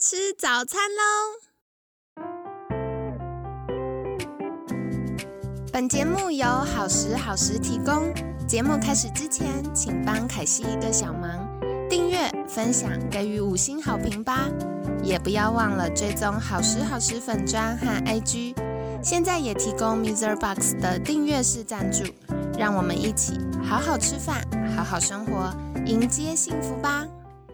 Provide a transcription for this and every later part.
吃早餐喽！本节目由好时好时提供。节目开始之前，请帮凯西一个小忙，订阅、分享、给予5星好评吧！也不要忘了追踪好时好时粉专和 IG。现在也提供 MixerBox 的订阅式赞助，让我们一起好好吃饭，好好生活，迎接幸福吧！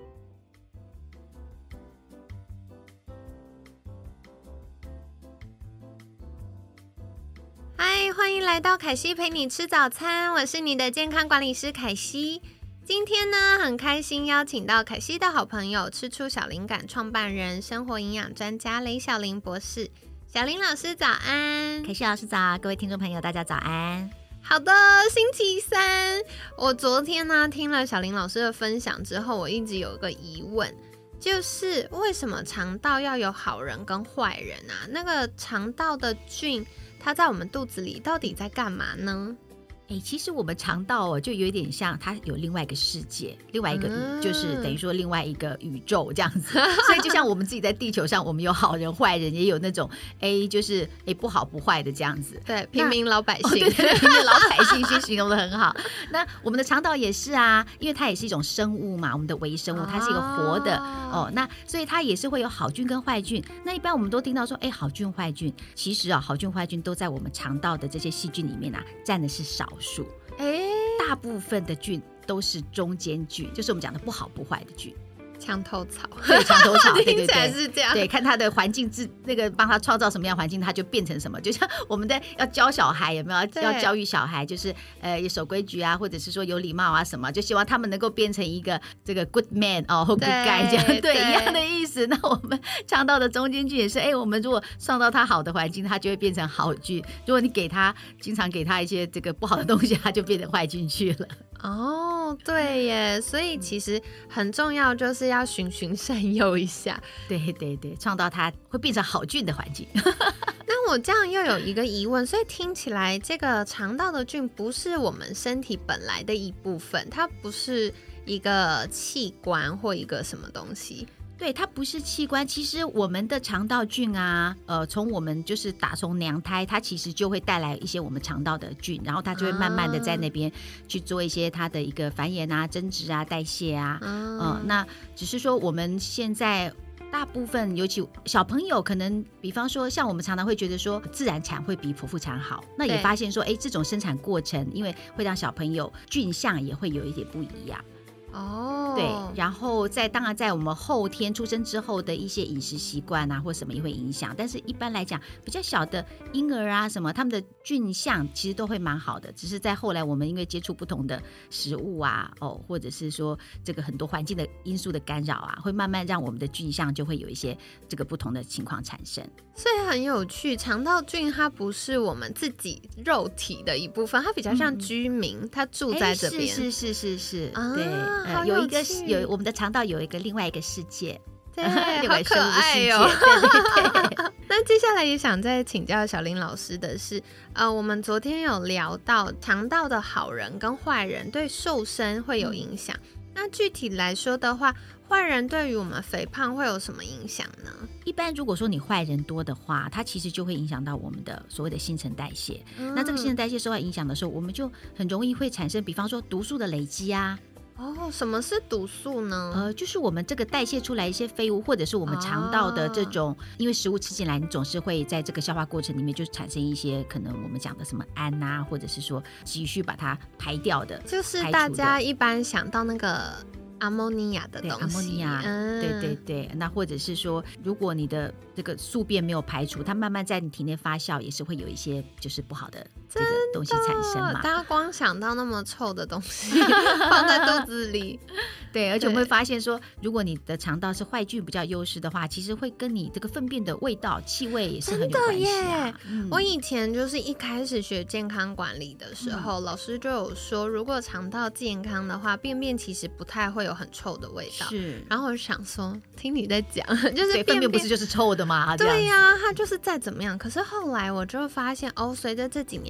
嗨，欢迎来到凯西陪你吃早餐，我是你的健康管理师凯西。今天呢，很开心邀请到凯西的好朋友，吃出小灵感创办人、生活营养专家雷小玲博士。小玲老师早安。 凯西老师早，各位听众朋友大家早安。 好的，星期三，我昨天呢听了小玲老师的分享之后，我一直有一个疑问，就是为什么肠道要有好人跟坏人啊？那个肠道的菌它在我们肚子里到底在干嘛呢？ 其实我们肠道就有点像它有另外一个世界，另外一个就是等于说另外一个宇宙这样子。所以就像我们自己在地球上，我们有好人坏人，也有那种就是不好不坏的这样子。 对，平民老百姓， 对，平民老百姓先形容得很好。那我们的肠道也是啊，因为它也是一种生物嘛，我们的微生物，它是一个活的那所以它也是会有好菌跟坏菌。那一般我们都听到说好菌坏菌，其实好菌坏菌都在我们肠道的这些细菌里面占的是少数。大部分的菌都是中间菌，就是我们讲的不好不坏的菌。 墙头草， 对，墙头草， 听起来是这样。 对，看它的环境帮它创造什么样的环境，它就变成什么。就像我们要教小孩，有没有要教育小孩，就是守规矩啊，或者是说有礼貌啊什么，就希望他们能够变成一个这个 good man 或 good guy 这样，对，一样的意思。那我们肠道的中间菌也是，我们如果创造它好的环境，它就会变成好菌；如果你经常给它一些这个不好的东西，它就变成坏菌去了。 对耶，所以其实很重要，就是要循循善诱一下。 对对对，创造它会变成好菌的环境。 那我这样又有一个疑问，所以听起来这个肠道的菌不是我们身体本来的一部分，它不是一个器官或一个什么东西。 对，它不是器官。其实我们的肠道菌啊，从我们就是打从娘胎，它其实就会带来一些我们肠道的菌，然后它就会慢慢的在那边去做一些它的一个繁衍啊、增殖啊、代谢啊。那只是说我们现在大部分，尤其小朋友，可能比方说像我们常常会觉得说自然产会比剖腹产好，那也发现说这种生产过程，因为会让小朋友菌相也会有一点不一样。对，然后当然在我们后天出生之后的一些饮食习惯啊或什么也会影响，但是一般来讲比较小的婴儿啊什么，他们的菌相其实都会蛮好的，只是在后来我们因为接触不同的食物啊或者是说这个很多环境的因素的干扰啊，会慢慢让我们的菌相就会有一些这个不同的情况产生。 所以很有趣，肠道菌它不是我们自己肉体的一部分，它比较像居民，它住在这边。 是对，有我们的肠道有一个另外一个世界。 对，好可爱哦。对。那接下来也想再请教小玲老师的是，我们昨天有聊到肠道的好人跟坏人对瘦身会有影响。那具体来说的话，坏人对于我们肥胖会有什么影响呢？ 一般如果说你坏人多的话，它其实就会影响到我们的所谓的新陈代谢。那这个新陈代谢受到影响的时候，我们就很容易会产生比方说毒素的累积啊。 什么是毒素呢？ 就是我们这个代谢出来一些废物，或者是我们肠道的这种，因为食物吃进来，你总是会在这个消化过程里面就产生一些可能我们讲的什么氨啊，或者是说急需把它排掉的， 就是大家一般想到那个阿莫尼亚的东西。 阿莫尼亚，对。那或者是说，如果你的这个宿便没有排除，它慢慢在你体内发酵，也是会有一些就是不好的这个东西产生嘛。 大家光想到那么臭的东西放在肚子里。 对，而且我们会发现说，如果你的肠道是坏菌比较优势的话，其实会跟你这个粪便的味道、气味也是很有关系啊。 我以前就是一开始学健康管理的时候，老师就有说，如果肠道健康的话，便便其实不太会有很臭的味道。 是， 然后我就想说，听你在讲，就是粪便不是就是臭的吗？ 对呀，它就是再怎么样。可是后来我就发现，随着这几年慢慢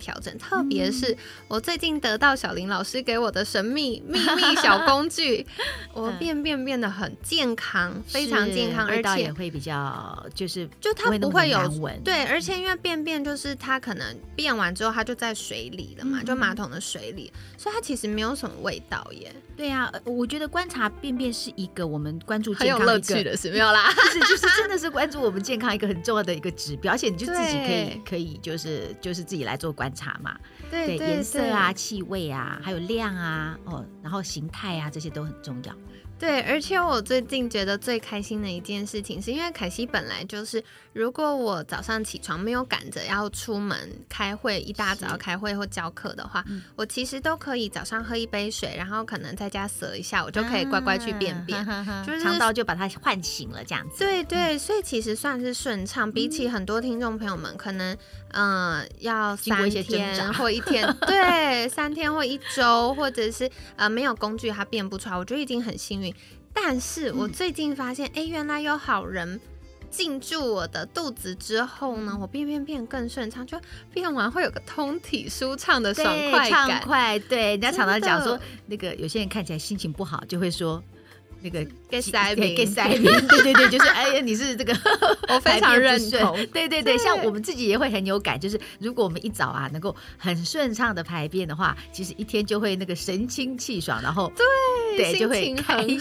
调整，特别是我最近得到小林老师给我的神秘秘密小工具，我便便变得很健康，非常健康， 味道而且也会比较就它不会有难闻， 对，而且因为便便就是它可能便完之后它就在水里了嘛，就马桶的水里，所以它其实没有什么味道耶。 对啊，我觉得观察便便是一个我们关注很有健康乐趣的是没有啦， 就是真的是关注我们健康一个很重要的一个指标，而且你就自己可以就是自己来做观察嘛。 对， 颜色啊、气味啊，还有量啊，然后形态啊，这些都很重要。 对，而且我最近觉得最开心的一件事情，是因为凯西本来就是，如果我早上起床没有赶着要出门开会，一大早要开会或教课的话，我其实都可以早上喝一杯水，然后可能在家折一下，我就可以乖乖去便便， 就是肠道就把它唤醒了，这样子。 对，所以其实算是顺畅，比起很多听众朋友们可能要3天或1天，对，3天或1周，或者是没有工具它便不出来，我觉得已经很幸运。但是我最近发现，原来有好人进驻我的肚子之后呢，我便更顺畅，就便完会有个通体舒畅的爽快感， 畅快。对，人家常常讲说，那个有些人看起来心情不好，就会说。那个给塞宾， 对，就是哎呀，你是这个， 我非常认同。 对，像我们自己也会很有感，就是如果我们一早啊能够很顺畅的排便的话，其实一天就会那个神清气爽，然后对就会开心，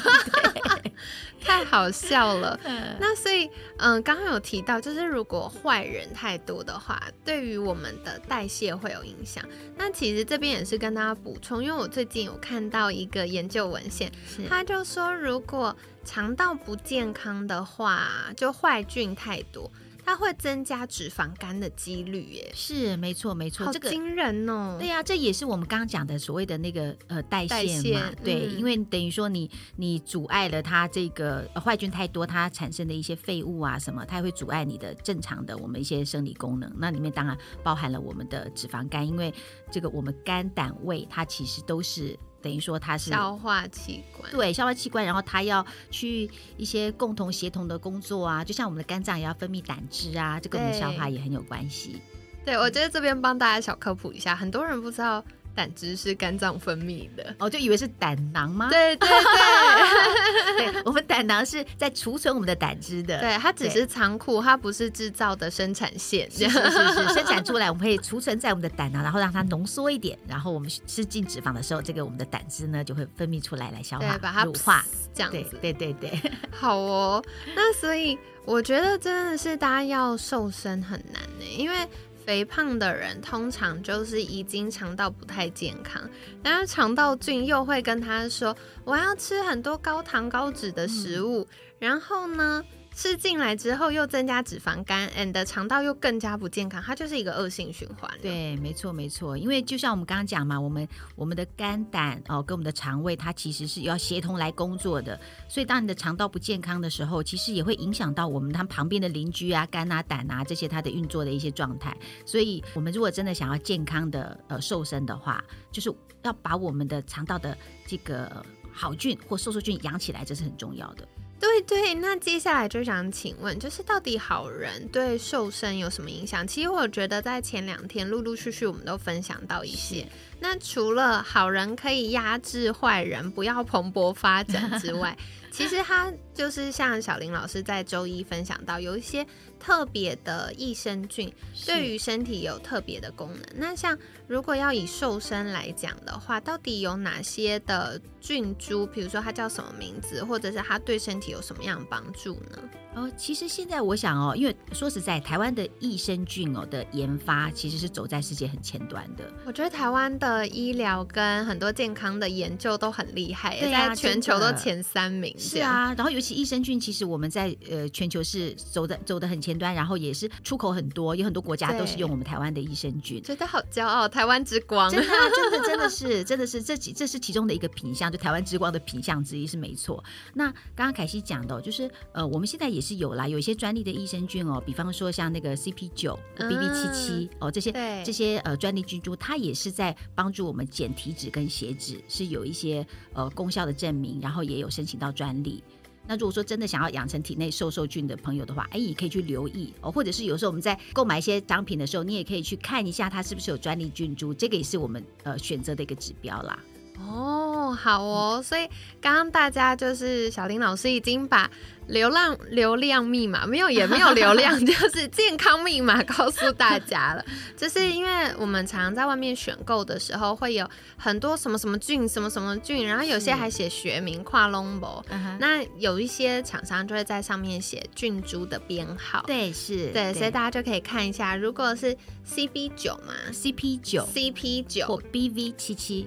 太好笑了。那所以刚刚有提到，就是如果坏人太多的话，对于我们的代谢会有影响。那其实这边也是跟大家补充，因为我最近有看到一个研究文献，他就说如果肠道不健康的话，就坏菌太多，它会增加脂肪肝的几率耶。 是没错， 好惊人哦。 对啊，这也是我们刚刚讲的所谓的那个代谢嘛。对，因为等于说你阻碍了它这个坏菌太多，它产生的一些废物啊什么，它也会阻碍你的正常的我们一些生理功能。那里面当然包含了我们的脂肪肝，因为这个我们肝胆胃它其实都是。等于说它是消化器官， 对，消化器官，然后它要去一些共同协同的工作啊，就像我们的肝脏也要分泌胆汁啊，这跟我们消化也很有关系。 对，我觉得这边帮大家小科普一下，很多人不知道胆汁是肝脏分泌的， 就以为是胆囊吗？ 对，对， 我们胆囊是在储存我们的胆汁的， 对，它只是仓库，它不是制造的生产线， 是生产出来，我们可以储存在我们的胆囊，然后让它浓缩一点，然后我们吃进脂肪的时候，这个我们的胆汁呢就会分泌出来消化， 把它乳化， 这样子， 对， 好哦。那所以我觉得真的是大家要瘦身很难呢，因为肥胖的人通常就是已经肠道不太健康，然后肠道菌又会跟他说我要吃很多高糖高脂的食物，然后呢吃进来之后又增加脂肪肝 and 肠道又更加不健康，它就是一个恶性循环。 对，没错，因为就像我们刚刚讲嘛，我们的肝胆跟我们的肠胃它其实是要协同来工作的，所以当你的肠道不健康的时候，其实也会影响到我们他旁边的邻居啊、肝啊、胆啊这些它的运作的一些状态。所以我们如果真的想要健康的瘦身的话，就是要把我们的肠道的这个好菌或瘦素菌养起来，这是很重要的。 对，那接下来就想请问，就是到底好人对瘦身有什么影响？其实我觉得在前2天陆陆续续我们都分享到一些，那除了好人可以压制坏人不要蓬勃发展之外，其实它就是像小林老师在周一分享到，有一些特别的益生菌对于身体有特别的功能。那像如果要以瘦身来讲的话，到底有哪些的菌株，比如说它叫什么名字，或者是它对身体有什么样的帮助呢？ 其实现在我想因为说实在，台湾的益生菌的研发其实是走在世界很前端的。 我觉得台湾的医疗跟很多健康的研究都很厉害，在全球都前3名。 是啊，然后尤其益生菌，其实我们在全球是走得很前端，然后也是出口很多，有很多国家都是用我们台湾的益生菌， 觉得好骄傲，台湾之光。 真的是这是其中的一个品项，就台湾之光的品项之一是没错。那刚刚凯西讲的就是我们现在也是有一些专利的益生菌比方说像那个 CP9、BB77 这些专利菌株，它也是在帮助我们减体脂跟血脂，是有一些功效的证明，然后也有申请到专利。 那如果说真的想要养成体内瘦菌的朋友的话，也可以去留意或者是有时候我们在购买一些商品的时候，你也可以去看一下它是不是有专利菌株，这个也是我们选择的一个指标啦。 好哦，所以刚刚大家就是小林老师已经把流量密码也没有流量就是健康密码告诉大家了。就是因为我们常常在外面选购的时候会有很多什么什么菌什么什么菌，然后有些还写学名跨龙博，那有一些厂商就会在上面写菌株的编号。 对，是， 对，所以大家就可以看一下，如果是 CB9 嘛 CP9 或 BV77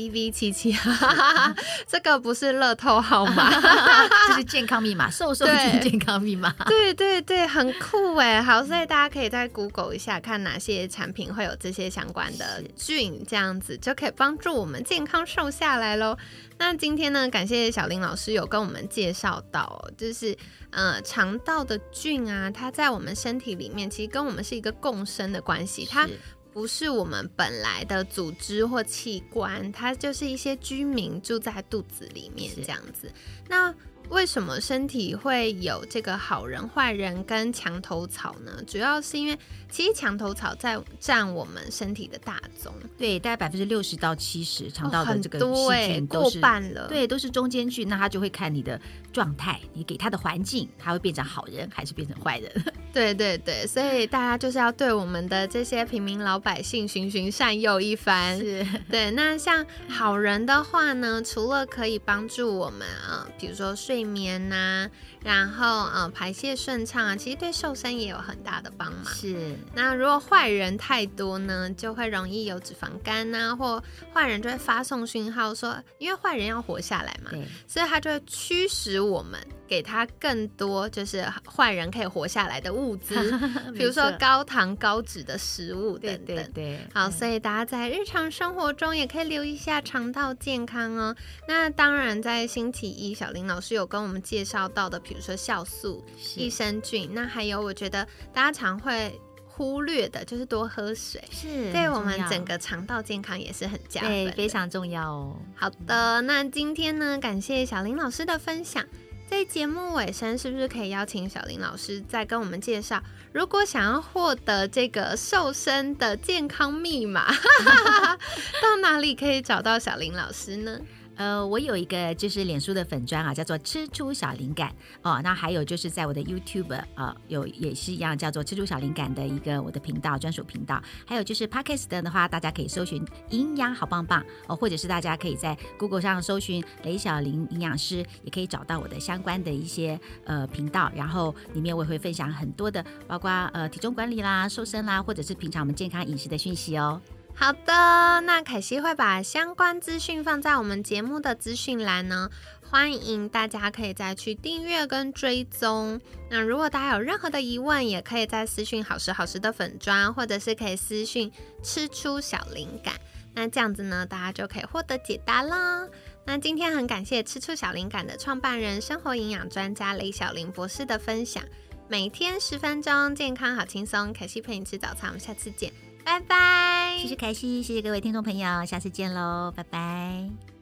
BV77 这个不是乐透号码这是健康密码，瘦菌健康密码。 对对对，很酷耶。好，所以大家可以在 Google 一下看哪些产品会有这些相关的菌，这样子就可以帮助我们健康瘦下来咯。那今天呢，感谢小林老师有跟我们介绍到就是肠道的菌啊，它在我们身体里面其实跟我们是一个共生的关系，它不是我们本来的组织或器官，它就是一些居民住在肚子里面这样子。那为什么身体会有这个好人坏人跟墙头草呢？主要是因为其实墙头草在占我们身体的大宗， 对，大概60%到70%肠道的这个细菌过半了， 对，都是中间菌。那它就会看你的状态，你给它的环境，它会变成好人还是变成坏人。 对对对，所以大家就是要对我们的这些平民老百姓循循善诱一番。 是， 对。那像好人的话呢，除了可以帮助我们比如说睡眠啊，然后排泄顺畅啊，其实对瘦身也有很大的帮忙。 是。 那如果坏人太多呢，就会容易有脂肪肝啊，或坏人就会发送讯号说，因为坏人要活下来嘛，所以他就会驱使我们给他更多就是坏人可以活下来的物资比如说高糖高脂的食物等等。 对， 好，所以大家在日常生活中也可以留意一下肠道健康哦。那当然在星期一小林老师有跟我们介绍到的，比如说酵素、益生菌，那还有我觉得大家常会忽略的就是多喝水， 是对我们整个肠道健康也是很加分的， 对，非常重要哦。 好的，那今天呢，感谢小林老师的分享。在节目尾声，是不是可以邀请小林老师再跟我们介绍，如果想要获得这个瘦身的健康密码到哪里可以找到小林老师呢？ 我有一个就是脸书的粉专叫做吃出小灵感那还有就是在我的 YouTube 有也是一样叫做吃出小灵感的一个我的频道专属频道，还有就是 Podcast 的话，大家可以搜寻营养好棒棒或者是大家可以在 Google 上搜寻雷小林营养师，也可以找到我的相关的一些频道，然后里面我也会分享很多的包括体重管理啦、瘦身啦，或者是平常我们健康饮食的讯息哦。 好的，那凯西会把相关资讯放在我们节目的资讯栏呢，欢迎大家可以再去订阅跟追踪。那如果大家有任何的疑问，也可以在私讯好时好时的粉专，或者是可以私讯吃出小灵感，那这样子呢，大家就可以获得解答啦。那今天很感谢吃出小灵感的创办人、生活营养专家雷小林博士的分享，每天10分钟，健康好轻松，凯西陪你吃早餐，我们下次见，拜拜。 谢谢凯西，谢谢各位听众朋友，下次见喽，拜拜。